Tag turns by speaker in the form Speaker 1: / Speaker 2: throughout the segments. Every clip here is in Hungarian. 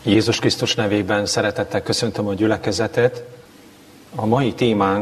Speaker 1: Jézus Krisztus nevében szeretettel köszöntöm a gyülekezetet. A mai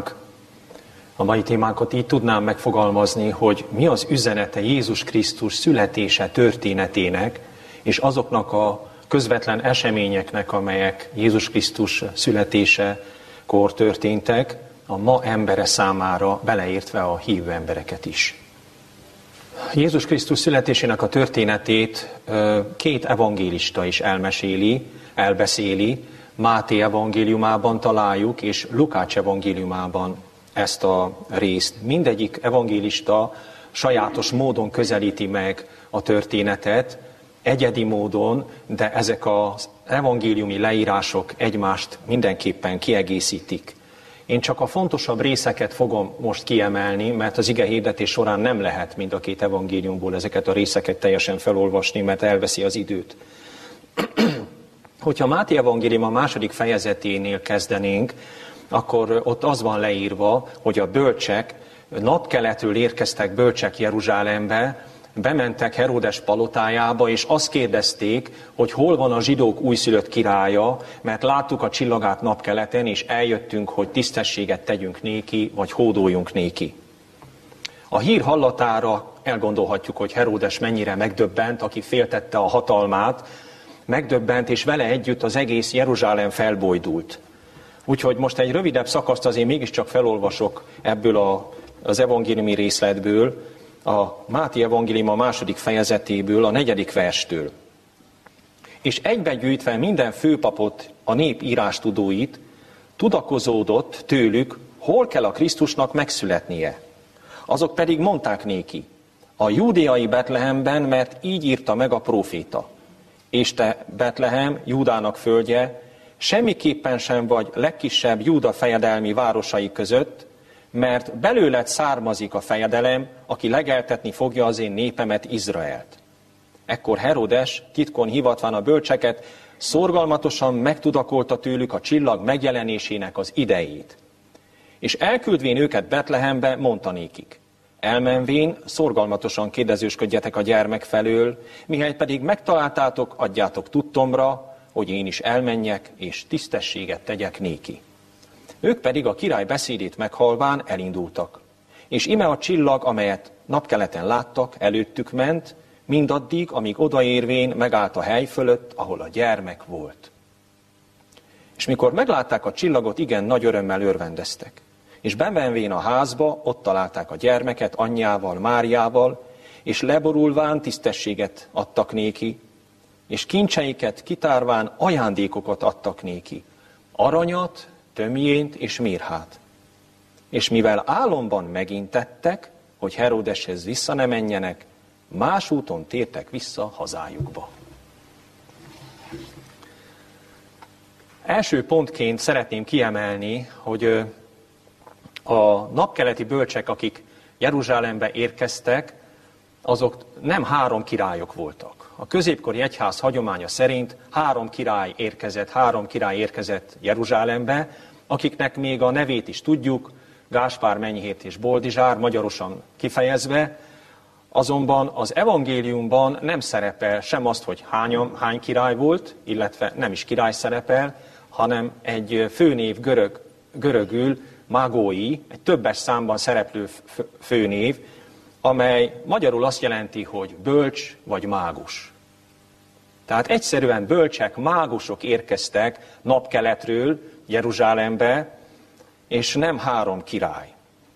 Speaker 1: témánkat így tudnám megfogalmazni, hogy mi az üzenete Jézus Krisztus születése történetének, és azoknak a közvetlen eseményeknek, amelyek Jézus Krisztus születésekor történtek, a ma embere számára, beleértve a hívő embereket is. Jézus Krisztus születésének a történetét két evangélista is elbeszéli. Máté evangéliumában találjuk, és Lukács evangéliumában ezt a részt. Mindegyik evangélista sajátos módon közelíti meg a történetet, egyedi módon, de ezek az evangéliumi leírások egymást mindenképpen kiegészítik. Én csak a fontosabb részeket fogom most kiemelni, mert az igehirdetés során nem lehet mind a két evangéliumból ezeket a részeket teljesen felolvasni, mert elveszi az időt. Hogyha Máté evangélium a második fejezeténél kezdenénk, akkor ott az van leírva, hogy a bölcsek napkeletről érkeztek bölcsek Jeruzsálembe, bementek Heródes palotájába, és azt kérdezték, hogy hol van a zsidók újszülött királya, mert láttuk a csillagát napkeleten, és eljöttünk, hogy tisztességet tegyünk néki, vagy hódoljunk néki. A hír hallatára elgondolhatjuk, hogy Heródes mennyire megdöbbent, aki féltette a hatalmát, megdöbbent, és vele együtt az egész Jeruzsálem felbojdult. Úgyhogy most egy rövidebb szakaszt azért mégiscsak felolvasok ebből az evangéliumi részletből, a Máté evangélium a második fejezetéből, a 4. verstől. És egybegyűjtve minden főpapot, a nép írástudóit, tudakozódott tőlük, hol kell a Krisztusnak megszületnie. Azok pedig mondták néki, a júdeai Betlehemben, mert így írta meg a próféta. És te, Betlehem, Júdának földje, semmiképpen sem vagy legkisebb Júda fejedelmi városai között, mert belőled származik a fejedelem, aki legeltetni fogja az én népemet, Izraelt. Ekkor Herodes, titkon hivatván a bölcseket, szorgalmatosan megtudakolta tőlük a csillag megjelenésének az idejét. És elküldvén őket Betlehembe, mondta nékik, elmenvén szorgalmatosan kérdezősködjetek a gyermek felől, mihelyt pedig megtaláltátok, adjátok tudtomra, hogy én is elmenjek, és tisztességet tegyek néki. Ők pedig a király beszédét meghalván elindultak. És ime a csillag, amelyet napkeleten láttak, előttük ment, mindaddig, amíg odaérvén megállt a hely fölött, ahol a gyermek volt. És mikor meglátták a csillagot, igen nagy örömmel örvendeztek. És bemenvén a házba, ott találták a gyermeket anyjával, Máriával, és leborulván tisztességet adtak néki, és kincseiket kitárván ajándékokat adtak néki, aranyat, tömjént és mirhát. És mivel álomban megintettek, hogy Heródeshez vissza ne menjenek, más úton tértek vissza hazájukba. Első pontként szeretném kiemelni, hogy a napkeleti bölcsek, akik Jeruzsálembe érkeztek, azok nem 3 királyok voltak. A középkori egyház hagyománya szerint 3 király érkezett Jeruzsálembe, akiknek még a nevét is tudjuk, Gáspár, Menyhért és Boldizsár, magyarosan kifejezve, azonban az evangéliumban nem szerepel sem azt, hogy hány király volt, illetve nem is király szerepel, hanem egy főnév görögül, mágói, egy többes számban szereplő főnév, amely magyarul azt jelenti, hogy bölcs vagy mágus. Tehát egyszerűen bölcsek, mágusok érkeztek napkeletről Jeruzsálembe, és nem 3 király.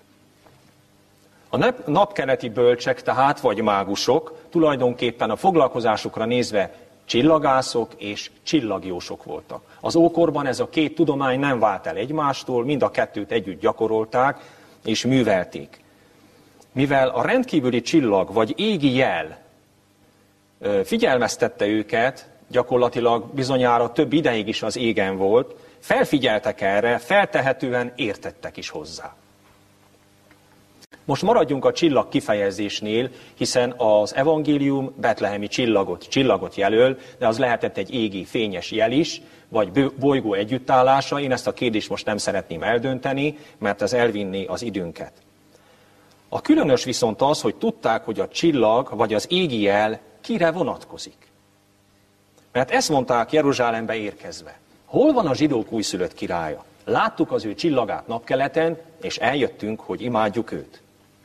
Speaker 1: A napkeleti bölcsek tehát, vagy mágusok, tulajdonképpen a foglalkozásukra nézve csillagászok és csillagjósok voltak. Az ókorban ez a két tudomány nem vált el egymástól, mind a kettőt együtt gyakorolták és művelték. Mivel a rendkívüli csillag vagy égi jel figyelmeztette őket, gyakorlatilag bizonyára több ideig is az égen volt, felfigyeltek erre, feltehetően értettek is hozzá. Most maradjunk a csillag kifejezésnél, hiszen az evangélium betlehemi csillagot jelöl, de az lehetett egy égi fényes jel is, vagy bolygó együttállása. Én ezt a kérdést most nem szeretném eldönteni, mert ez elvinné az időnket. A különös viszont az, hogy tudták, hogy a csillag vagy az égi jel kire vonatkozik. Mert ezt mondták Jeruzsálembe érkezve. Hol van a zsidók újszülött királya? Láttuk az ő csillagát napkeleten, és eljöttünk, hogy imádjuk őt.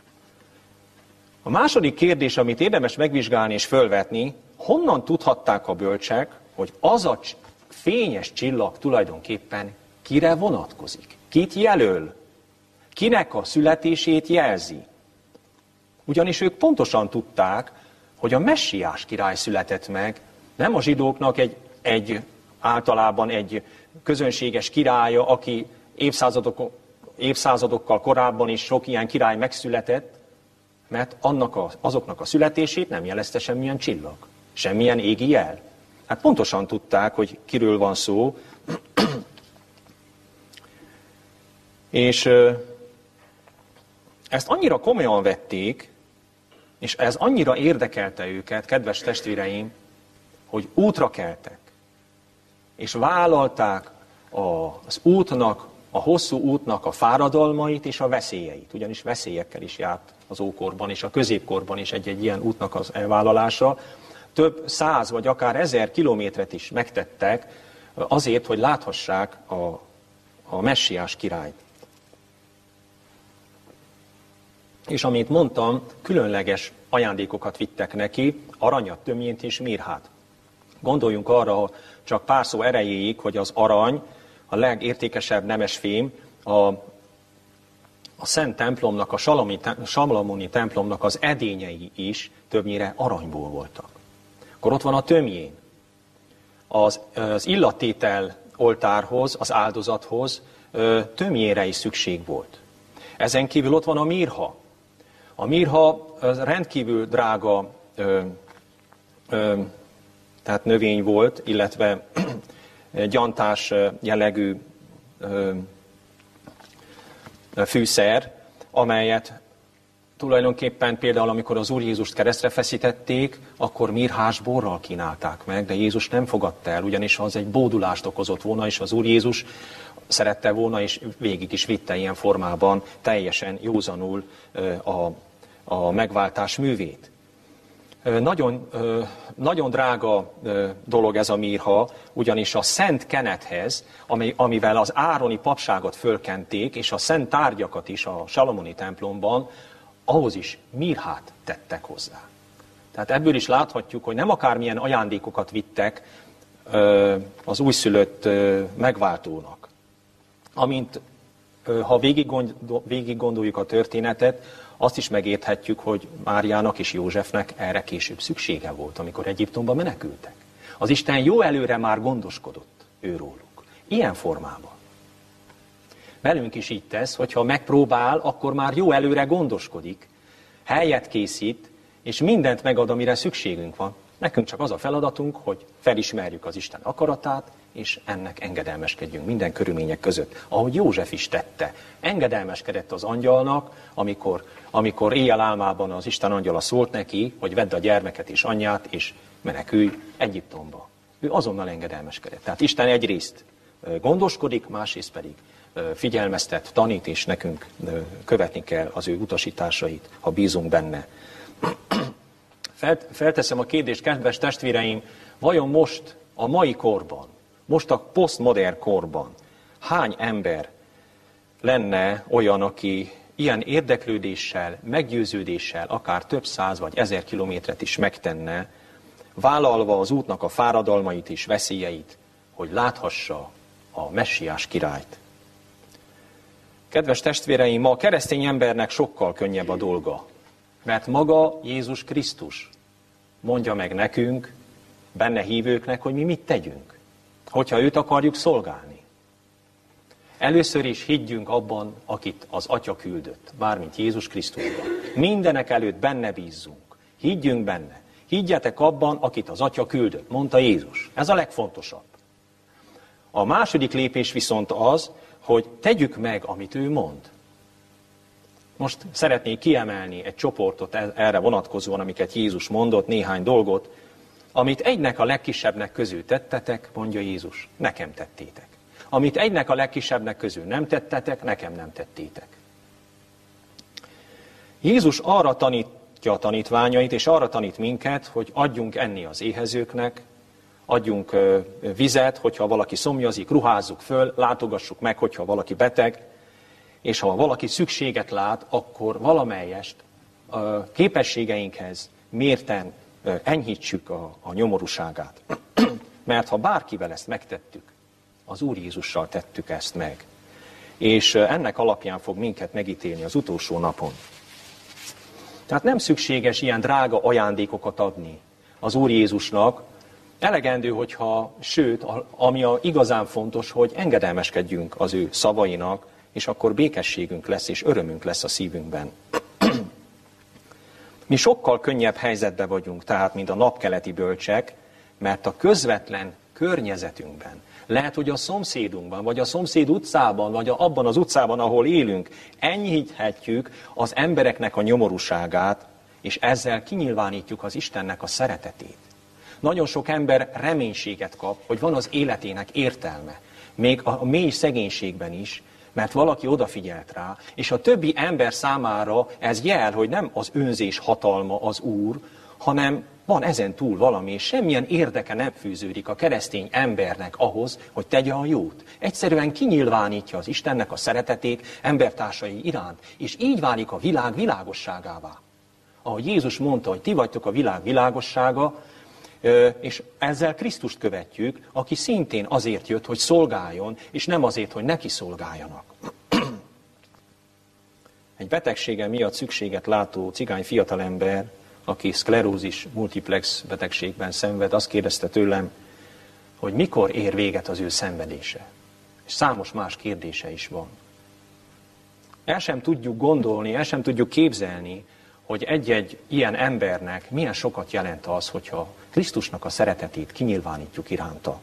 Speaker 1: A második kérdés, amit érdemes megvizsgálni és fölvetni, honnan tudhatták a bölcsek, hogy az a fényes csillag tulajdonképpen kire vonatkozik? Kit jelöl? Kinek a születését jelzi? Ugyanis ők pontosan tudták, hogy a messiás király született meg, nem a zsidóknak általában egy közönséges királya, aki évszázadokkal korábban is sok ilyen király megszületett, mert azoknak a születését nem jelezte semmilyen csillag, semmilyen égi jel. Hát pontosan tudták, hogy kiről van szó, és ezt annyira komolyan vették, és ez annyira érdekelte őket, kedves testvéreim, hogy útra keltek, és vállalták az útnak, a hosszú útnak a fáradalmait és a veszélyeit. Ugyanis veszélyekkel is járt az ókorban és a középkorban is egy ilyen útnak az elvállalása. Több 100 vagy akár 1000 kilométert is megtettek azért, hogy láthassák a messiás királyt. És amit mondtam, különleges ajándékokat vittek neki, aranyat, tömjént és mirhát. Gondoljunk arra, csak pár szó erejéig, hogy az arany, a legértékesebb nemesfém, a Szent templomnak, a salamoni templomnak az edényei is többnyire aranyból voltak. Akkor ott van a tömjén. Az illattétel oltárhoz, az áldozathoz tömjére is szükség volt. Ezen kívül ott van a mirha. A mirha rendkívül drága tehát növény volt, illetve gyantás jellegű fűszer, amelyet tulajdonképpen például, amikor az Úr Jézust keresztre feszítették, akkor mirhás borral kínálták meg, de Jézus nem fogadta el, ugyanis az egy bódulást okozott volna, és az Úr Jézus szerette volna, és végig is vitte ilyen formában teljesen józanul a megváltás művét. Nagyon drága dolog ez a mirha, ugyanis a szent kenethez, amivel az ároni papságot fölkenték, és a szent tárgyakat is a salamoni templomban, ahhoz is mirhát tettek hozzá. Tehát ebből is láthatjuk, hogy nem akármilyen ajándékokat vittek az újszülött megváltónak. Amint, ha végig gondoljuk a történetet, azt is megérthetjük, hogy Máriának és Józsefnek erre később szüksége volt, amikor Egyiptomba menekültek. Az Isten jó előre már gondoskodott őróluk. Ilyen formában. Velünk is így tesz, hogyha megpróbál, akkor már jó előre gondoskodik, helyet készít, és mindent megad, amire szükségünk van. Nekünk csak az a feladatunk, hogy felismerjük az Isten akaratát, és ennek engedelmeskedjünk minden körülmények között. Ahogy József is tette. Engedelmeskedett az angyalnak, amikor éjjel álmában az Isten angyala szólt neki, hogy vedd a gyermeket és anyját, és menekülj Egyiptomba. Ő azonnal engedelmeskedett. Tehát Isten egyrészt gondoskodik, másrészt pedig figyelmeztet, tanít, és nekünk követni kell az ő utasításait, ha bízunk benne. Felteszem a kérdést, kedves testvéreim, vajon most, a mai korban, most a posztmodern korban hány ember lenne olyan, aki ilyen érdeklődéssel, meggyőződéssel, akár több 100 vagy 1000 kilométert is megtenne, vállalva az útnak a fáradalmait és veszélyeit, hogy láthassa a messiás királyt. Kedves testvéreim, ma a keresztény embernek sokkal könnyebb a dolga, mert maga Jézus Krisztus mondja meg nekünk, benne hívőknek, hogy mi mit tegyünk, hogyha őt akarjuk szolgálni. Először is higgyünk abban, akit az Atya küldött, mármint Jézus Krisztusban. Mindenek előtt benne bízzunk. Higgyünk benne. Higgyetek abban, akit az Atya küldött, mondta Jézus. Ez a legfontosabb. A második lépés viszont az, hogy tegyük meg, amit ő mond. Most szeretnék kiemelni egy csoportot erre vonatkozóan, amiket Jézus mondott, néhány dolgot, amit egynek a legkisebbnek közül tettetek, mondja Jézus, nekem tettétek. Amit egynek a legkisebbnek közül nem tettetek, nekem nem tettétek. Jézus arra tanítja a tanítványait, és arra tanít minket, hogy adjunk enni az éhezőknek, adjunk vizet, hogyha valaki szomjazik, ruházzuk föl, látogassuk meg, hogyha valaki beteg, és ha valaki szükséget lát, akkor valamelyest képességeinkhez mérten enyhítsük a nyomorúságát. Mert ha bárkivel ezt megtettük, az Úr Jézussal tettük ezt meg. És ennek alapján fog minket megítélni az utolsó napon. Tehát nem szükséges ilyen drága ajándékokat adni az Úr Jézusnak. Elegendő, hogyha, sőt, ami igazán fontos, hogy engedelmeskedjünk az ő szavainak, és akkor békességünk lesz, és örömünk lesz a szívünkben. Mi sokkal könnyebb helyzetben vagyunk, tehát, mint a napkeleti bölcsek, mert a közvetlen környezetünkben, lehet, hogy a szomszédunkban, vagy a szomszéd utcában, vagy abban az utcában, ahol élünk, enyhíthetjük az embereknek a nyomorúságát, és ezzel kinyilvánítjuk az Istennek a szeretetét. Nagyon sok ember reménységet kap, hogy van az életének értelme, még a mély szegénységben is, mert valaki odafigyelt rá, és a többi ember számára ez jel, hogy nem az önzés hatalma az Úr, hanem van ezen túl valami, és semmilyen érdeke nem fűződik a keresztény embernek ahhoz, hogy tegye a jót. Egyszerűen kinyilvánítja az Istennek a szeretetét embertársai iránt, és így válik a világ világosságává. Ahogy Jézus mondta, hogy ti vagytok a világ világossága, és ezzel Krisztust követjük, aki szintén azért jött, hogy szolgáljon, és nem azért, hogy neki szolgáljanak. Egy betegsége miatt szükséget látó cigány fiatalember, aki szklerózis multiplex betegségben szenved, azt kérdezte tőlem, hogy mikor ér véget az ő szenvedése. És számos más kérdése is van. El sem tudjuk gondolni, el sem tudjuk képzelni, hogy egy-egy ilyen embernek milyen sokat jelent az, hogyha Krisztusnak a szeretetét kinyilvánítjuk iránta.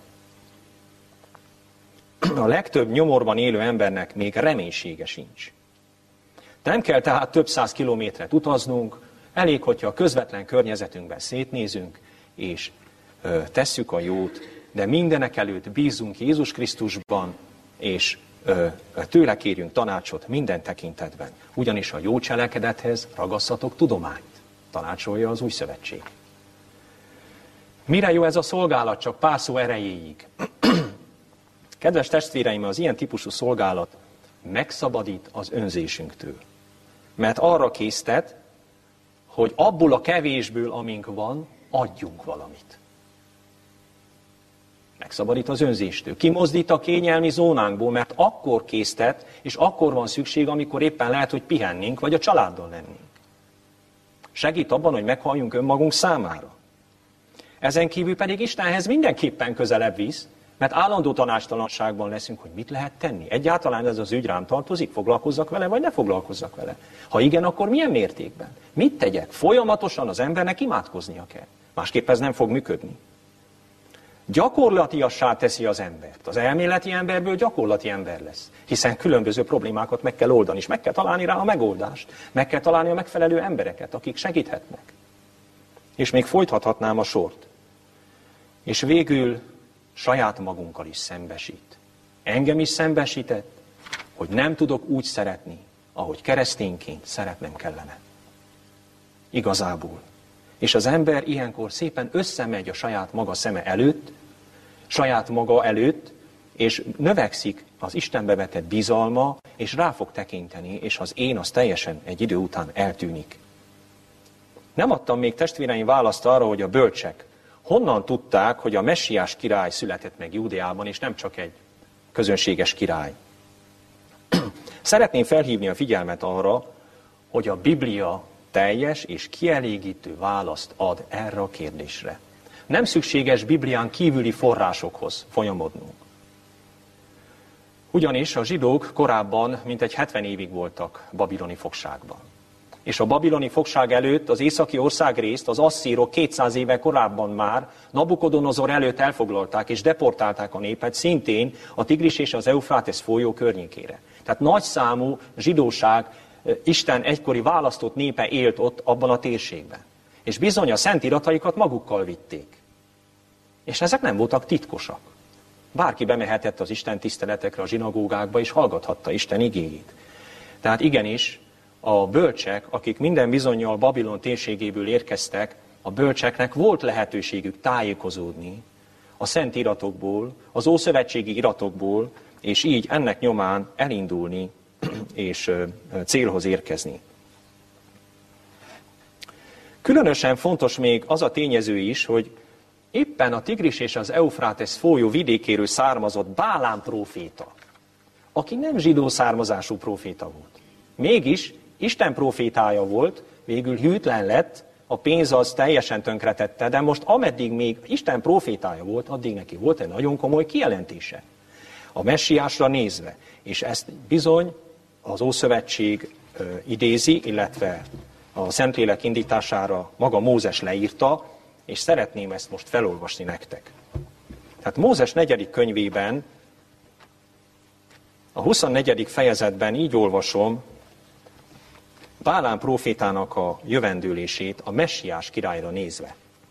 Speaker 1: A legtöbb nyomorban élő embernek még reménysége sincs. Nem kell tehát több száz kilométert utaznunk, elég, hogyha a közvetlen környezetünkben szétnézünk, és tesszük a jót, de mindenek előtt bízunk Jézus Krisztusban, és tőle kérjünk tanácsot minden tekintetben. Ugyanis a jó cselekedethez ragasszatok tudományt, tanácsolja az Új Szövetség. Mire jó ez a szolgálat? Csak pár szó erejéig. Kedves testvéreim, az ilyen típusú szolgálat megszabadít az önzésünktől. Mert arra késztet, hogy abból a kevésből, amink van, adjunk valamit. Megszabadít az önzéstől. Kimozdít a kényelmi zónánkból, mert akkor késztet, és akkor van szükség, amikor éppen lehet, hogy pihennénk, vagy a családdal lennénk. Segít abban, hogy meghalljunk önmagunk számára. Ezen kívül pedig Istenhez mindenképpen közelebb visz, mert állandó tanácstalanságban leszünk, hogy mit lehet tenni. Egyáltalán ez az ügy rám tartozik, foglalkozzak vele, vagy ne foglalkozzak vele. Ha igen, akkor milyen mértékben? Mit tegyek? Folyamatosan az embernek imádkoznia kell. Másképp ez nem fog működni. Gyakorlatiassá teszi az embert. Az elméleti emberből gyakorlati ember lesz. Hiszen különböző problémákat meg kell oldani, és meg kell találni rá a megoldást. Meg kell találni a megfelelő embereket, akik segíthetnek. És még folytathatnám a sort. És végül saját magunkkal is szembesít. Engem is szembesített, hogy nem tudok úgy szeretni, ahogy keresztényként szeretnem kellene. Igazából. És az ember ilyenkor szépen összemegy a saját maga szeme előtt, saját maga előtt, és növekszik az Istenbe vetett bizalma, és rá fog tekinteni, és az én az teljesen egy idő után eltűnik. Nem adtam még testvéreim választ arra, hogy a bölcsek honnan tudták, hogy a messiás király született meg Júdeában, és nem csak egy közönséges király. Szeretném felhívni a figyelmet arra, hogy a Biblia teljes és kielégítő választ ad erre a kérdésre. Nem szükséges Biblián kívüli forrásokhoz folyamodnunk. Ugyanis a zsidók korábban mintegy 70 évig voltak babiloni fogságban. És a babiloni fogság előtt az északi országrészt az asszírok 200 éve korábban már Nabukodonozor előtt elfoglalták és deportálták a népet szintén a Tigris és az Eufrátesz folyó környékére. Tehát nagy számú zsidóság, Isten egykori választott népe élt ott abban a térségben. És bizony a szent irataikat magukkal vitték. És ezek nem voltak titkosak. Bárki bemehetett az Isten tiszteletekre, a zsinagógákba, és hallgathatta Isten igéjét. Tehát igenis, a bölcsek, akik minden bizonnyal Babilon térségéből érkeztek, a bölcseknek volt lehetőségük tájékozódni a szent iratokból, az ószövetségi iratokból, és így ennek nyomán elindulni és célhoz érkezni. Különösen fontos még az a tényező is, hogy éppen a Tigris és az Eufrátesz folyó vidékéről származott Bálám próféta, aki nem zsidó származású próféta volt. Mégis Isten prófétája volt, végül hűtlen lett, a pénz az teljesen tönkretette, de most ameddig még Isten prófétája volt, addig neki volt egy nagyon komoly kijelentése a messiásra nézve. És ezt bizony az Ószövetség idézi, illetve a Szentlélek indítására maga Mózes leírta, és szeretném ezt most felolvasni nektek. Tehát Mózes 4. könyvében, a 24. fejezetben így olvasom Bálám prófétának a jövendőlését a messiás királyra nézve.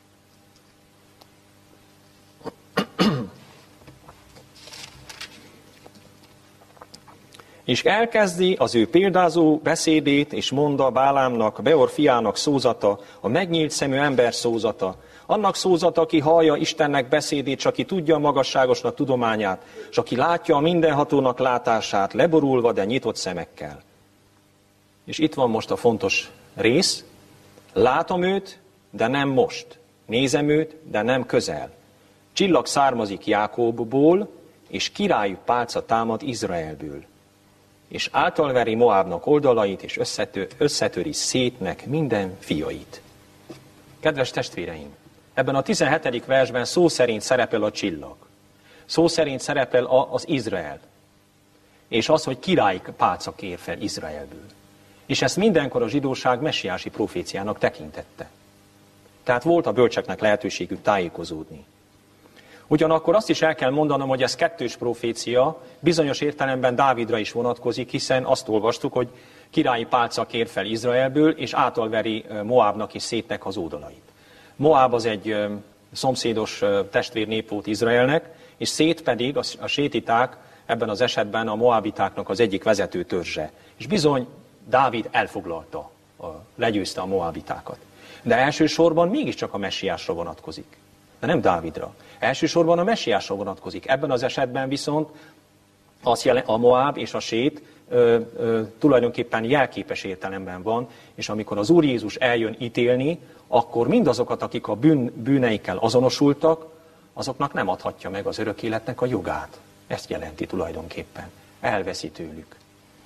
Speaker 1: És elkezdi az ő példázó beszédét, és mondta Bálámnak, Beor fiának szózata, a megnyílt szemű ember szózata, annak szózata, aki hallja Istennek beszédét, s aki tudja a magasságosnak tudományát, s aki látja a mindenhatónak látását, leborulva, de nyitott szemekkel. És itt van most a fontos rész. Látom őt, de nem most. Nézem őt, de nem közel. Csillag származik Jákóbból, és királyi pálca támad Izraelből. És általveri Moábnak oldalait, és összetöri szétnek minden fiait. Kedves testvéreim, ebben a 17. versben szó szerint szerepel a csillag. Szó szerint szerepel az Izrael. És az, hogy királyi pálca kér fel Izraelből. És ezt mindenkor a zsidóság messiási proféciának tekintette. Tehát volt a bölcseknek lehetőségük tájékozódni. Ugyanakkor azt is el kell mondanom, hogy ez kettős profécia, bizonyos értelemben Dávidra is vonatkozik, hiszen azt olvastuk, hogy királyi pálca kér fel Izraelből, és átalveri Moábnak és Szétnek az ódalait. Moáb az egy szomszédos testvérnép volt Izraelnek, és Szét pedig, a sétiták ebben az esetben a moábitáknak az egyik vezető törzse. És bizony Dávid elfoglalta, legyőzte a moábitákat. De elsősorban mégiscsak a messiásra vonatkozik. De nem Dávidra. Elsősorban a messiásra vonatkozik. Ebben az esetben viszont a Moáb és a Sét tulajdonképpen jelképes értelemben van, és amikor az Úr Jézus eljön ítélni, akkor mindazokat, akik a bűneikkel azonosultak, azoknak nem adhatja meg az örök életnek a jogát. Ezt jelenti tulajdonképpen. Elveszi tőlük.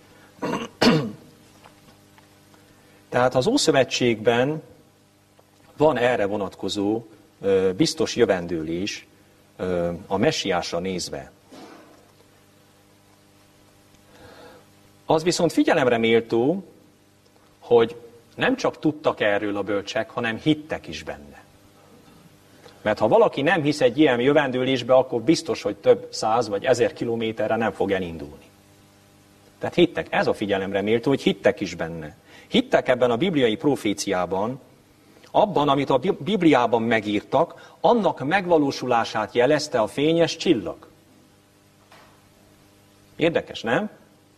Speaker 1: Tehát az Ószövetségben van erre vonatkozó biztos jövendőlés a messiásra nézve. Az viszont figyelemre méltó, hogy nem csak tudtak erről a bölcsek, hanem hittek is benne. Mert ha valaki nem hisz egy ilyen jövendőlésbe, akkor biztos, hogy több 100 vagy 1000 kilométerre nem fog elindulni. Tehát hittek. Ez a figyelemre méltó, hogy hittek is benne. Hittek ebben a bibliai proféciában, abban, amit a Bibliában megírtak, annak megvalósulását jelezte a fényes csillag. Érdekes, nem?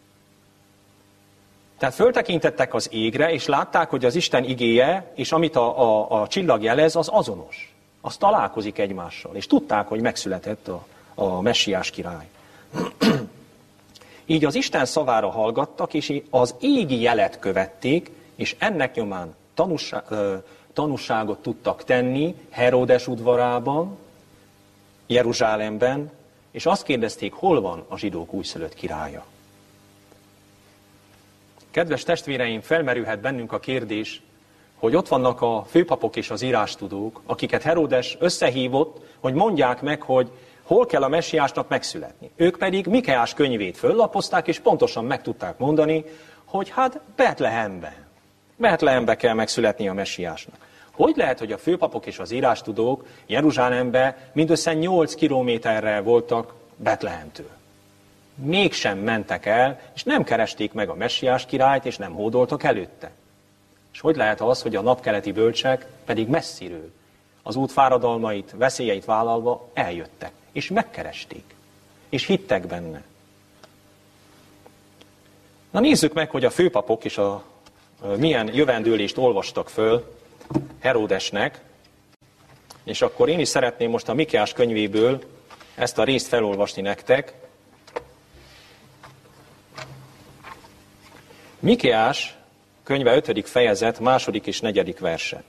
Speaker 1: Tehát föltekintettek az égre, és látták, hogy az Isten igéje, és amit a csillag jelez, az azonos. Az találkozik egymással, és tudták, hogy megszületett a messiás király. Így az Isten szavára hallgattak, és az égi jelet követték, és ennek nyomán tanúságot tudtak tenni Heródes udvarában, Jeruzsálemben, és azt kérdezték, hol van a zsidók újszülött királya. Kedves testvéreim, felmerülhet bennünk a kérdés, hogy ott vannak a főpapok és az írástudók, akiket Heródes összehívott, hogy mondják meg, hogy hol kell a messiásnak megszületni. Ők pedig Mikeás könyvét föllapozták, és pontosan meg tudták mondani, hogy hát Betlehembe kell megszületni a messiásnak. Hogy lehet, hogy a főpapok és az írástudók Jeruzsálembe mindössze 8 kilométerre voltak Betlehemtől? Mégsem mentek el, és nem keresték meg a messiás királyt, és nem hódoltak előtte. És hogy lehet az, hogy a napkeleti bölcsek pedig messziről, az út fáradalmait, veszélyeit vállalva eljöttek, és megkeresték, és hittek benne. Na nézzük meg, hogy a főpapok is milyen jövendőlést olvastak föl Heródesnek. És akkor én is szeretném most a Mikéás könyvéből ezt a részt felolvasni nektek. Mikéás könyve 5. fejezet, 2. és 4. verse.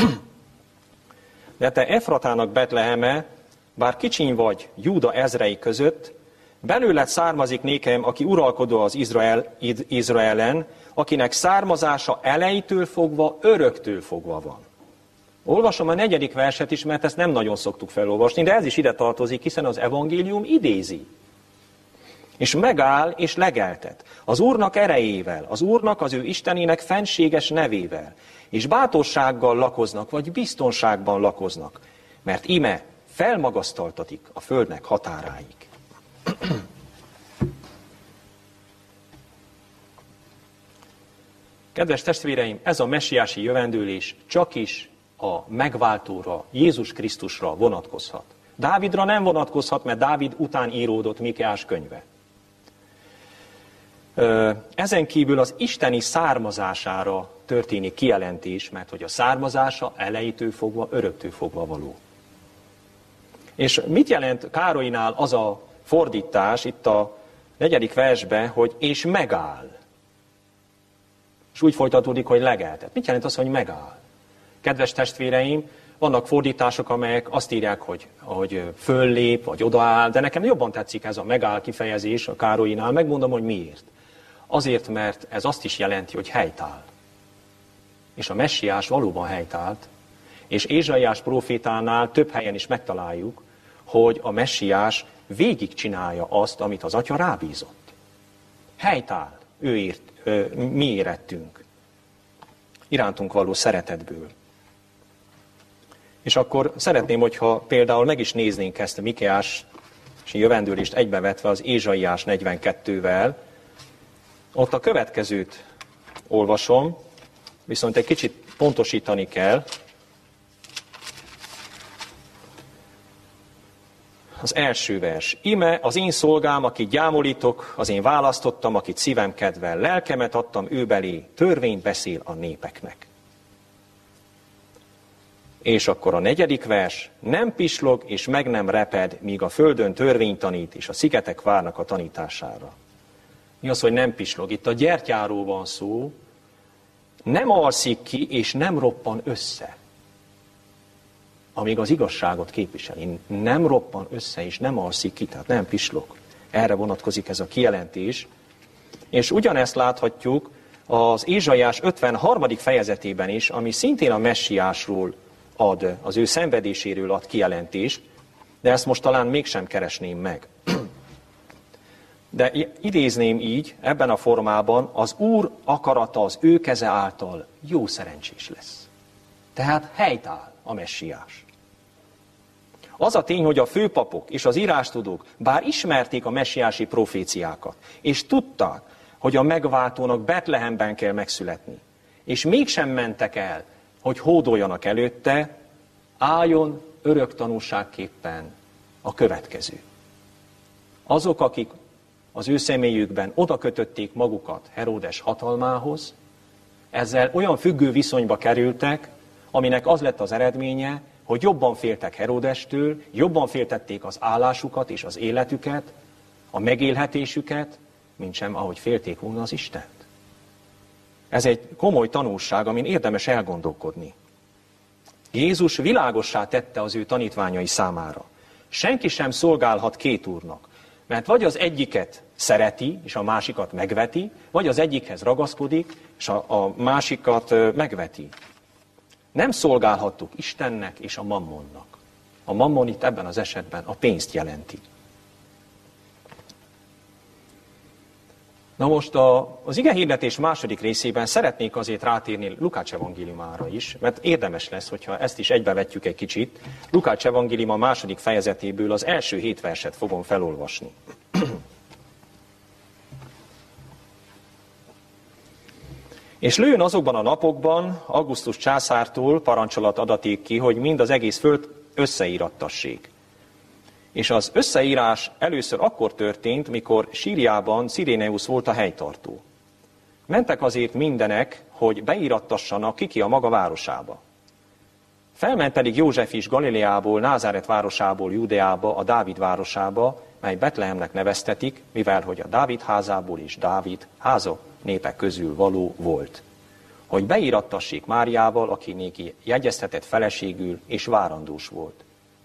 Speaker 1: De te Efratának Betleheme, bár kicsiny vagy Júda ezrei között, belőled származik nékem, aki uralkodó az Izraelen, akinek származása elejétől fogva, öröktől fogva van. Olvasom a 4. verset is, mert ezt nem nagyon szoktuk felolvasni, de ez is ide tartozik, hiszen az evangélium idézi. És megáll és legeltet az Úrnak erejével, az Úrnak, az ő Istenének fenséges nevével, és bátorsággal lakoznak, vagy biztonságban lakoznak, mert íme felmagasztaltatik a földnek határáig. Kedves testvéreim, ez a messiási jövendőlés csak is a megváltóra, Jézus Krisztusra vonatkozhat. Dávidra nem vonatkozhat, mert Dávid után íródott Mikéás könyve. Ezen kívül az isteni származására történik kijelentés, mert hogy a származása elejétől fogva, öröktől fogva való. És mit jelent Károlynál az a fordítás itt a 4. versben, hogy és megáll? És úgy folytatódik, hogy legeltet. Mit jelent az, hogy megáll? Kedves testvéreim, vannak fordítások, amelyek azt írják, hogy föllép, vagy odaáll, de nekem jobban tetszik ez a megáll kifejezés a Károlynál. Megmondom, hogy miért. Azért, mert ez azt is jelenti, hogy helytáll. És a messiás valóban helytált, és Ézsaiás prófétánál több helyen is megtaláljuk, hogy a messiás végigcsinálja azt, amit az Atya rábízott. Helytáll, mi érettünk, irántunk való szeretetből. És akkor szeretném, hogyha például meg is néznénk ezt a Mikéási jövendőlést egybevetve az Ézsaiás 42-vel, ott a következőt olvasom, viszont egy kicsit pontosítani kell. Az első vers. Íme az én szolgám, akit gyámolítok, az én választottam, akit szívem kedvel, lelkemet adtam ő belé, törvényt beszél a népeknek. És akkor a 4. vers. Nem pislog és meg nem reped, míg a földön törvényt tanít, és a szigetek várnak a tanítására. Mi az, hogy nem pislog? Itt a gyertyáról van szó, nem alszik ki, és nem roppan össze. Amíg az igazságot képviseli. Nem roppan össze, és nem alszik ki, tehát nem pislog. Erre vonatkozik ez a kijelentés. És ugyanezt láthatjuk az Ézsaiás 53. fejezetében is, ami szintén a messiásról ad, az ő szenvedéséről ad kijelentést, de ezt most talán mégsem keresném meg. De idézném így, ebben a formában, az Úr akarata az ő keze által jó szerencsés lesz. Tehát helytáll a messiás. Az a tény, hogy a főpapok és az írástudók bár ismerték a messiási proféciákat, és tudták, hogy a megváltónak Betlehemben kell megszületni, és mégsem mentek el, hogy hódoljanak előtte, álljon örök tanúságképpen a következő. Azok, akik az ő személyükben oda kötötték magukat Heródes hatalmához, ezzel olyan függő viszonyba kerültek, aminek az lett az eredménye, hogy jobban féltek Heródestől, jobban féltették az állásukat és az életüket, a megélhetésüket, mint sem ahogy félték volna az Istent. Ez egy komoly tanulság, amin érdemes elgondolkodni. Jézus világossá tette az ő tanítványai számára. Senki sem szolgálhat két úrnak, mert vagy az egyiket szereti, és a másikat megveti, vagy az egyikhez ragaszkodik, és a másikat megveti. Nem szolgálhattuk Istennek és a mammonnak. A mammon itt ebben az esetben a pénzt jelenti. Na most az igehirdetés második részében szeretnék azért rátérni Lukács evangéliumára is, mert érdemes lesz, hogyha ezt is egybevetjük egy kicsit. Lukács evangéliuma második fejezetéből az első 7 verset fogom felolvasni. És lőn azokban a napokban Augustus császártól parancsolat adaték ki, hogy mind az egész föld összeírattassék. És az összeírás először akkor történt, mikor Síriában Ciréneusz volt a helytartó. Mentek azért mindenek, hogy beírattassanak ki a maga városába. Felment pedig József is Galileából, Názáret városából, Judeába, a Dávid városába, mely Betlehemnek neveztetik, mivel hogy a Dávid házából és Dávid háza népek közül való volt. Hogy beírattassék Máriával, aki néki jegyeztetett feleségül és várandós volt.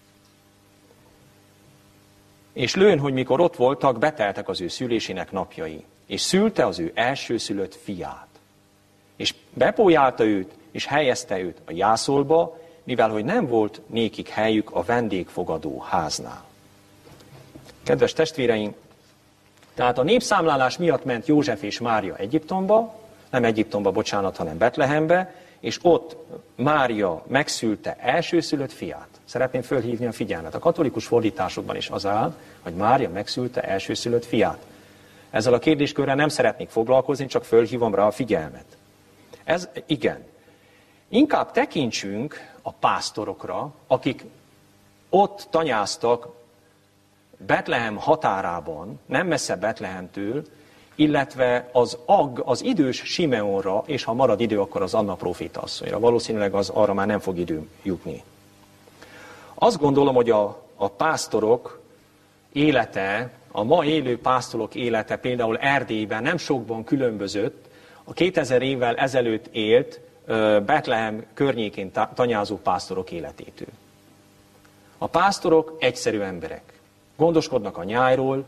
Speaker 1: És lőn, hogy mikor ott voltak, beteltek az ő szülésének napjai, és szülte az ő elsőszülött fiát. És bepójálta őt, és helyezte őt a jászolba, mivel hogy nem volt nékik helyük a vendégfogadó háznál. Kedves testvéreim, tehát a népszámlálás miatt ment József és Mária Egyiptomba, nem Egyiptomba, bocsánat, hanem Betlehembe, és ott Mária megszülte elsőszülött fiát. Szeretném fölhívni a figyelmet. A katolikus fordításokban is az áll, hogy Mária megszülte elsőszülött fiát. Ezzel a kérdéskörrel nem szeretnék foglalkozni, csak fölhívom rá a figyelmet. Ez igen. Inkább tekintsünk a pásztorokra, akik ott tanyáztak Betlehem határában, nem messze Betlehemtől, illetve az idős Simeonra, és ha marad idő, akkor az Anna próféta asszonyra. Valószínűleg arra már nem fog idő jutni. Azt gondolom, hogy a pásztorok élete, a ma élő pásztorok élete például Erdélyben nem sokban különbözött a 2000 évvel ezelőtt élt Betlehem környékén tanyázó pásztorok életétől. A pásztorok egyszerű emberek. Gondoskodnak a nyájról,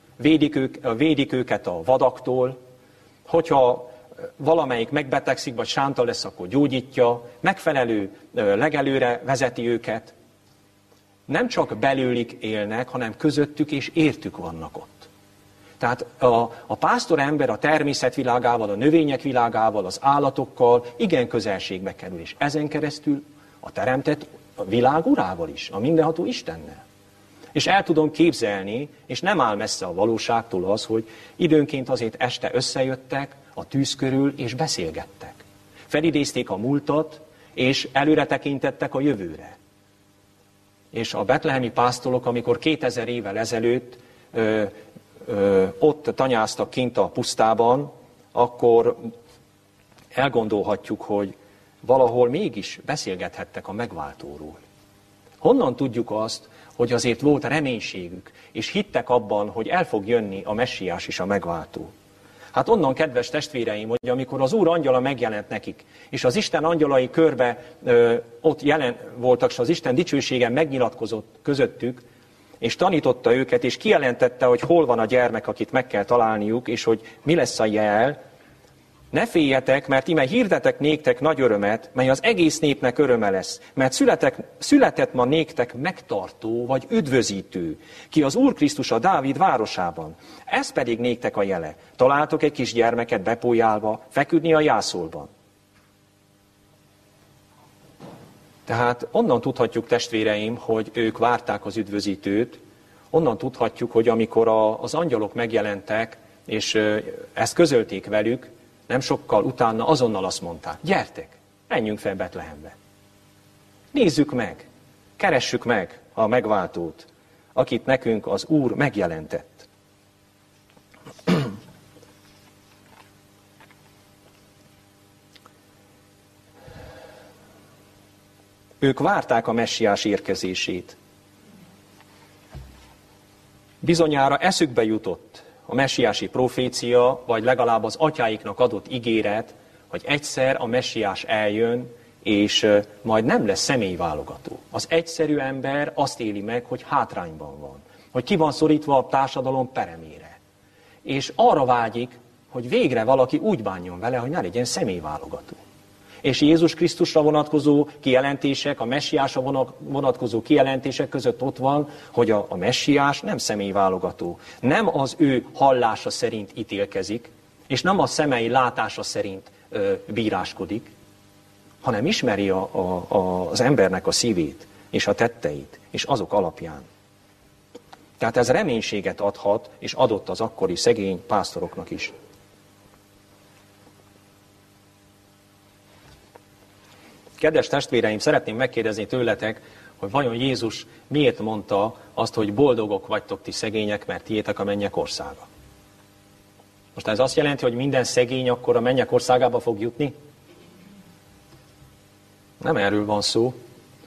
Speaker 1: védik őket a vadaktól, hogyha valamelyik megbetegszik, vagy sánta lesz, akkor gyógyítja, megfelelő legelőre vezeti őket. Nem csak belőlük élnek, hanem közöttük és értük vannak ott. Tehát a pásztor ember a természet világával, a növények világával, az állatokkal igen közelségbe kerül, és ezen keresztül a teremtett világ urával is, a mindenható Istennel. És el tudom képzelni, és nem áll messze a valóságtól az, hogy időnként azért este összejöttek a tűz körül, és beszélgettek. Felidézték a múltat, és előre tekintettek a jövőre. És a betlehemi pásztorok, amikor 2000 évvel ezelőtt ott tanyáztak kint a pusztában, akkor elgondolhatjuk, hogy valahol mégis beszélgethettek a megváltóról. Honnan tudjuk azt, hogy azért volt reménységük, és hittek abban, hogy el fog jönni a messiás és a megváltó? Hát onnan, kedves testvéreim, hogy amikor az Úr angyala megjelent nekik, és az Isten angyalai körbe ott jelen voltak, és az Isten dicsősége megnyilatkozott közöttük, és tanította őket, és kijelentette, hogy hol van a gyermek, akit meg kell találniuk, és hogy mi lesz a jel. Ne féljetek, mert íme hirdetek néktek nagy örömet, mely az egész népnek öröme lesz, mert született ma néktek megtartó vagy üdvözítő, ki az Úr Krisztus a Dávid városában. Ez pedig néktek a jele. Találtok egy kis gyermeket bepójálva, feküdni a jászolban. Tehát onnan tudhatjuk, testvéreim, hogy ők várták az üdvözítőt, onnan tudhatjuk, hogy amikor az angyalok megjelentek, és ezt közölték velük, nem sokkal utána azonnal azt mondták, gyertek, menjünk fel Betlehembe. Nézzük meg, keressük meg a megváltót, akit nekünk az Úr megjelentett. Ők várták a messiás érkezését. Bizonyára eszükbe jutott a messiási profécia, vagy legalább az atyáiknak adott ígéret, hogy egyszer a messiás eljön, és majd nem lesz személyválogató. Az egyszerű ember azt éli meg, hogy hátrányban van, hogy ki van szorítva a társadalom peremére. És arra vágyik, hogy végre valaki úgy bánjon vele, hogy ne legyen személyválogató. És Jézus Krisztusra vonatkozó kijelentések, a messiásra vonatkozó kijelentések között ott van, hogy a messiás nem személyválogató. Nem az ő hallása szerint ítélkezik, és nem a szemei látása szerint bíráskodik, hanem ismeri az embernek a szívét és a tetteit, és azok alapján. Tehát ez reménységet adhat, és adott az akkori szegény pásztoroknak is. Kedves testvéreim, szeretném megkérdezni tőletek, hogy vajon Jézus miért mondta azt, hogy boldogok vagytok ti szegények, mert tiétek a mennyek országa. Most ez azt jelenti, hogy minden szegény akkor a mennyek országába fog jutni? Nem erről van szó.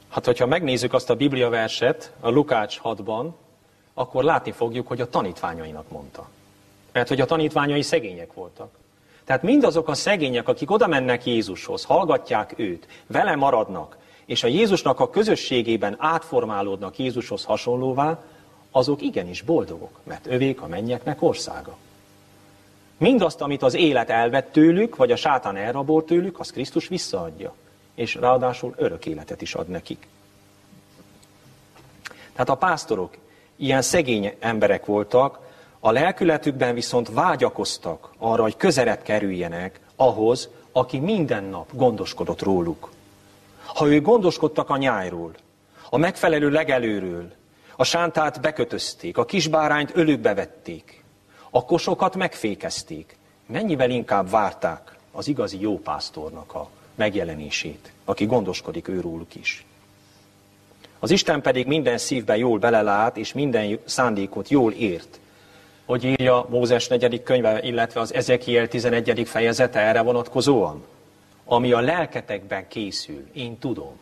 Speaker 1: Hát, hogyha megnézzük azt a Biblia verset a Lukács 6-ban, akkor látni fogjuk, hogy a tanítványainak mondta. Mert hogy a tanítványai szegények voltak. Tehát mindazok a szegények, akik oda mennek Jézushoz, hallgatják őt, vele maradnak, és a Jézusnak a közösségében átformálódnak Jézushoz hasonlóvá, azok igenis boldogok, mert övék a mennyeknek országa. Mindazt, amit az élet elvett tőlük, vagy a sátán elrabolt tőlük, az Krisztus visszaadja. És ráadásul örök életet is ad nekik. Tehát a pásztorok ilyen szegény emberek voltak, a lelkületükben viszont vágyakoztak arra, hogy közelebb kerüljenek ahhoz, aki minden nap gondoskodott róluk. Ha ők gondoskodtak a nyájról, a megfelelő legelőről, a sántát bekötözték, a kisbárányt ölükbe vették, a kosokat megfékezték, mennyivel inkább várták az igazi jó pásztornak a megjelenését, aki gondoskodik őróluk is. Az Isten pedig minden szívben jól belelát, és minden szándékot jól ért. Hogy írja Mózes 4. könyve, illetve az Ezekiel 11. fejezete erre vonatkozóan? Ami a lelketekben készül, én tudom.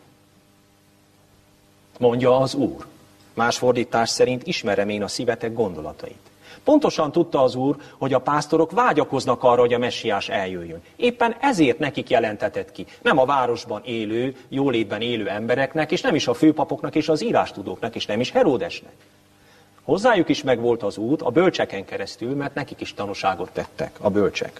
Speaker 1: Mondja az Úr. Más fordítás szerint ismerem én a szívetek gondolatait. Pontosan tudta az Úr, hogy a pásztorok vágyakoznak arra, hogy a messiás eljöjjön. Éppen ezért nekik jelentetett ki. Nem a városban élő, jólétben élő embereknek, és nem is a főpapoknak és az írástudóknak, és nem is Heródesnek. Hozzájuk is megvolt az út a bölcseken keresztül, mert nekik is tanúságot tettek a bölcsek.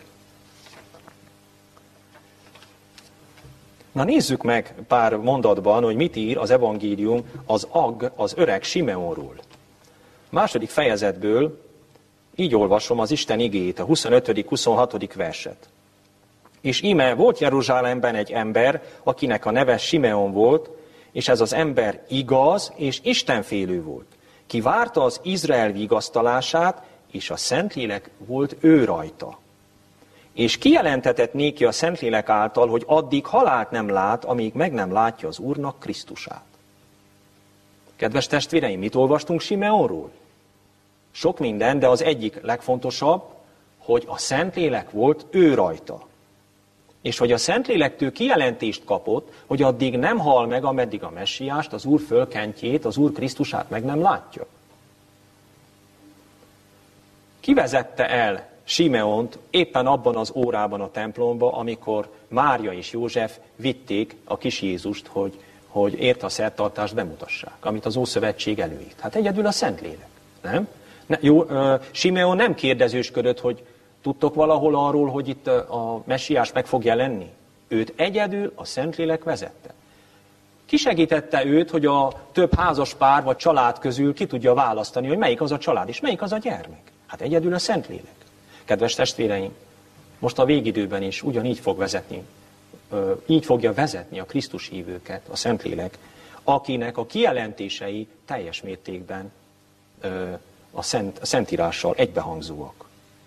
Speaker 1: Na nézzük meg pár mondatban, hogy mit ír az evangélium az öreg Simeonról. Második fejezetből így olvasom az Isten igéjét, a 25.-26. verset. És íme volt Jeruzsálemben egy ember, akinek a neve Simeon volt, és ez az ember igaz és istenfélő volt. Ki várta az Izrael vigasztalását, és a Szentlélek volt ő rajta. És kijelentetett néki a Szentlélek által, hogy addig halált nem lát, amíg meg nem látja az Úrnak Krisztusát. Kedves testvéreim, mit olvastunk Simeonról? Sok minden, de az egyik legfontosabb, hogy a Szentlélek volt ő rajta. És hogy a Szentlélektől kijelentést kapott, hogy addig nem hal meg, ameddig a messiást, az Úr fölkentjét, az Úr Krisztusát meg nem látja. Kivezette el Simeont éppen abban az órában a templomba, amikor Mária és József vitték a kis Jézust, hogy érte a szertartást bemutassák, amit az Ószövetség előírt. Hát egyedül a Szentlélek, nem? Simeon nem kérdezősködött, hogy tudtok valahol arról, hogy itt a messiás meg fog jelenni? Őt egyedül a Szentlélek vezette. Ki segítette őt, hogy a több házas pár vagy család közül ki tudja választani, hogy melyik az a család és melyik az a gyermek? Hát egyedül a Szentlélek. Kedves testvéreim, most a végidőben is ugyanígy fog vezetni, így fogja vezetni a Krisztus hívőket, a Szentlélek, akinek a kijelentései teljes mértékben a Szentírással egybehangzóak.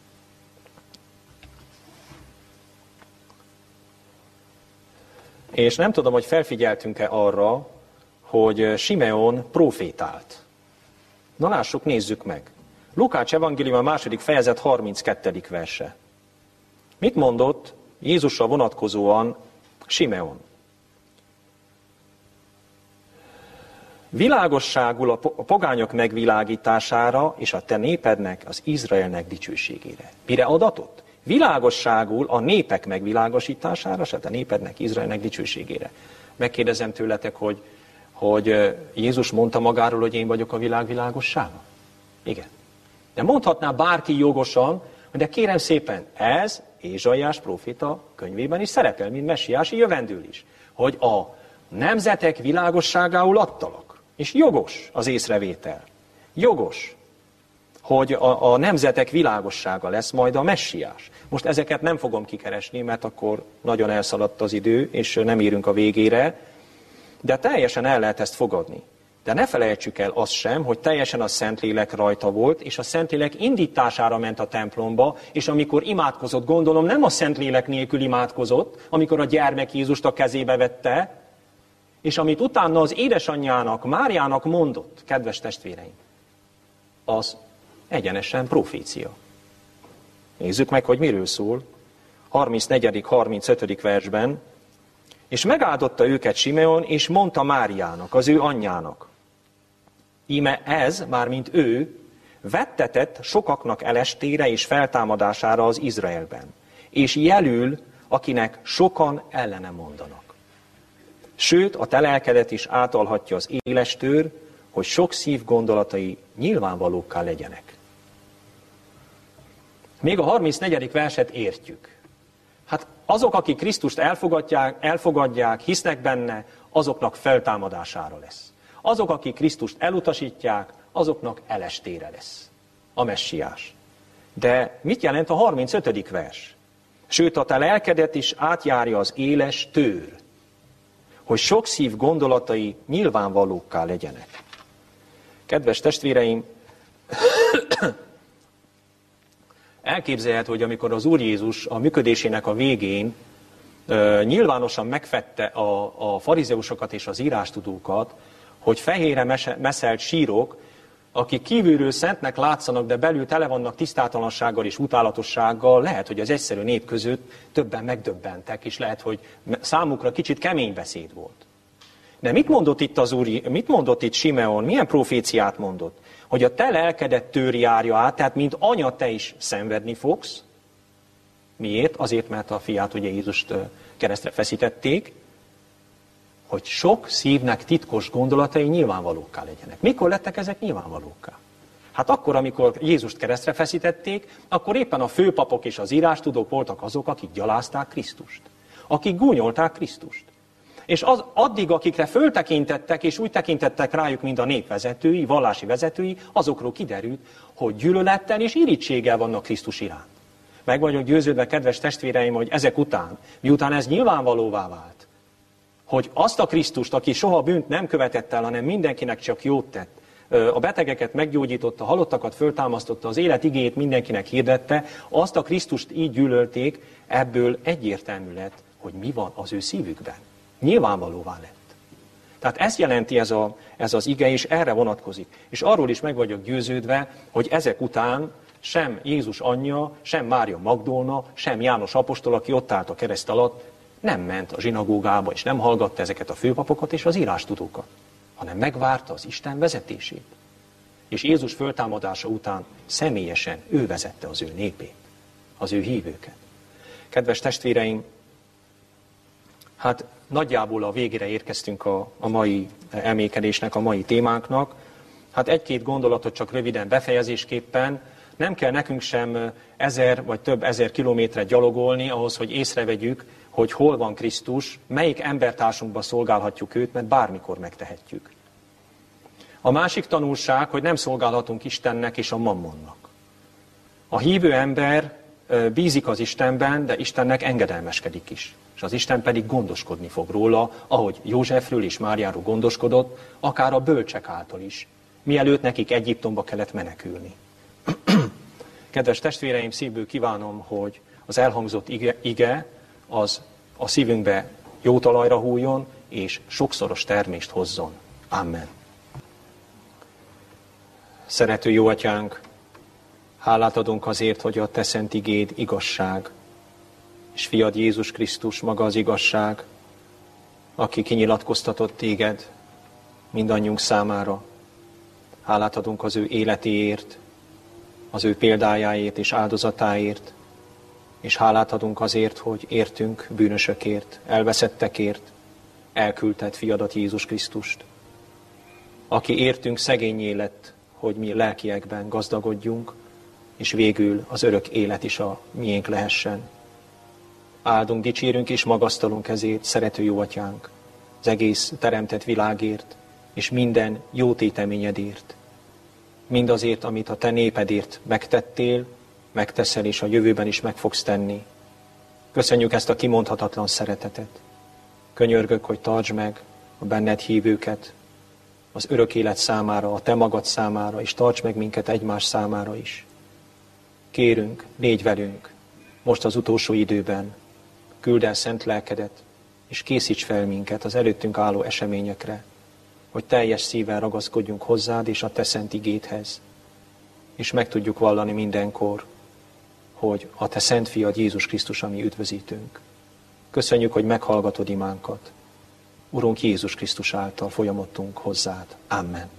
Speaker 1: És nem tudom, hogy felfigyeltünk-e arra, hogy Simeon profétált. Na lássuk, nézzük meg. Lukács evangélium a 2. fejezet 32. verse. Mit mondott Jézusra vonatkozóan Simeon? Világosságul a pogányok megvilágítására és a te népednek, az Izraelnek dicsőségére. Mire adatott? Világosságul a népek megvilágosítására, és a te népednek, Izraelnek dicsőségére. Megkérdezem tőletek, hogy Jézus mondta magáról, hogy én vagyok a világ világossága? Igen. De mondhatná bárki jogosan, de kérem szépen, ez Ézsaiás próféta könyvében is szerepel, mint messiási jövendől is, hogy a nemzetek világosságául adtalak. És jogos az észrevétel. Jogos, hogy a nemzetek világossága lesz majd a messiás. Most ezeket nem fogom kikeresni, mert akkor nagyon elszaladt az idő, és nem érünk a végére, de teljesen el lehet ezt fogadni. De ne felejtsük el azt sem, hogy teljesen a Szentlélek rajta volt, és a Szentlélek indítására ment a templomba, és amikor imádkozott, gondolom nem a Szentlélek nélkül imádkozott, amikor a gyermek Jézust a kezébe vette, és amit utána az édesanyjának, Máriának mondott, kedves testvéreim, az egyenesen profécia. Nézzük meg, hogy miről szól. 34.-35. versben. És megáldotta őket Simeon, és mondta Máriának, az ő anyjának: íme ez, mármint ő, vettetett sokaknak elestére és feltámadására az Izraelben, és jelül, akinek sokan ellene mondanak. Sőt, a te lelkedet is átalhatja az éles tőr, hogy sok szív gondolatai nyilvánvalókká legyenek. Még a 34. verset értjük. Hát azok, akik Krisztust elfogadják, hisznek benne, azoknak feltámadására lesz. Azok, akik Krisztust elutasítják, azoknak elestére lesz a messiás. De mit jelent a 35. vers? Sőt, a te lelkedet is átjárja az éles tőr, hogy sok szív gondolatai nyilvánvalókká legyenek. Kedves testvéreim, elképzelhető, hogy amikor az Úr Jézus a működésének a végén nyilvánosan megfedte a farizeusokat és az írástudókat, hogy fehérre meszelt sírok, akik kívülről szentnek látszanak, de belül tele vannak tisztátalansággal és utálatossággal, lehet, hogy az egyszerű nép között többen megdöbbentek, és lehet, hogy számukra kicsit kemény beszéd volt. De mit mondott itt az Úr, mit mondott itt Simeon, milyen proféciát mondott? Hogy a te lelkedet tőr járja át, tehát mint anya te is szenvedni fogsz. Miért? Azért, mert a fiát, ugye Jézust keresztre feszítették, hogy sok szívnek titkos gondolatai nyilvánvalókká legyenek. Mikor lettek ezek nyilvánvalókká? Hát akkor, amikor Jézust keresztre feszítették, akkor éppen a főpapok és az írástudók voltak azok, akik gyalázták Krisztust. Akik gúnyolták Krisztust. És addig, akikre föltekintettek, és úgy tekintettek rájuk, mint a népvezetői, vallási vezetői, azokról kiderült, hogy gyűlölettel és irítséggel vannak Krisztus iránt. Meg vagyok győződve, kedves testvéreim, hogy ezek után, miután ez nyilvánvalóvá vált, hogy azt a Krisztust, aki soha bűnt nem követett el, hanem mindenkinek csak jót tett, a betegeket meggyógyította, halottakat föltámasztotta, az élet igéjét mindenkinek hirdette, azt a Krisztust így gyűlölték, ebből egyértelmű lett, hogy mi van az ő szívükben. Nyilvánvalóvá lett. Tehát ezt jelenti ez az ige, és erre vonatkozik. És arról is meg vagyok győződve, hogy ezek után sem Jézus anyja, sem Mária Magdolna, sem János apostol, aki ott állt a kereszt alatt, nem ment a zsinagógába, és nem hallgatta ezeket a főpapokat és az írástudókat, hanem megvárta az Isten vezetését. És Jézus föltámadása után személyesen ő vezette az ő népét, az ő hívőket. Kedves testvéreim, hát nagyjából a végére érkeztünk a mai elmékedésnek, a mai témánknak. Hát egy-két gondolatot csak röviden befejezésképpen. Nem kell nekünk sem 1000 vagy több ezer kilométret gyalogolni ahhoz, hogy észrevegyük, hogy hol van Krisztus, melyik embertársunkba szolgálhatjuk őt, mert bármikor megtehetjük. A másik tanulság, hogy nem szolgálhatunk Istennek és a mammonnak. A hívő ember bízik az Istenben, de Istennek engedelmeskedik is. És az Isten pedig gondoskodni fog róla, ahogy Józsefről és Máriáról gondoskodott, akár a bölcsek által is, mielőtt nekik Egyiptomba kellett menekülni. Kedves testvéreim, szívből kívánom, hogy az elhangzott ige az a szívünkbe jó talajra hújjon, és sokszoros termést hozzon. Amen. Szerető jó atyánk, hálát adunk azért, hogy a te szent igéd igazság, és fiad Jézus Krisztus maga az igazság, aki kinyilatkoztatott téged mindannyiunk számára. Hálát adunk az ő életéért, az ő példájáért és áldozatáért, és hálát adunk azért, hogy értünk bűnösökért, elveszettekért, elküldted fiadat Jézus Krisztust, aki értünk szegényé lett, hogy mi lelkiekben gazdagodjunk, és végül az örök élet is a miénk lehessen. Áldunk, dicsérünk és magasztalunk ezért, szerető jó atyánk, az egész teremtett világért, és minden jó téteményedért. Mindazért, amit a te népedért megtettél, megteszel, és a jövőben is meg fogsz tenni. Köszönjük ezt a kimondhatatlan szeretetet. Könyörgök, hogy tartsd meg a benned hívőket, az örök élet számára, a te magad számára, és tarts meg minket egymás számára is. Kérünk, légy velünk, most az utolsó időben, küld el szent lelkedet, és készíts fel minket az előttünk álló eseményekre, hogy teljes szívvel ragaszkodjunk hozzád és a te szent igédhez, és meg tudjuk vallani mindenkor, hogy a te szent fiad Jézus Krisztus, ami üdvözítünk. Köszönjük, hogy meghallgatod imánkat. Urunk Jézus Krisztus által folyamodtunk hozzád. Amen.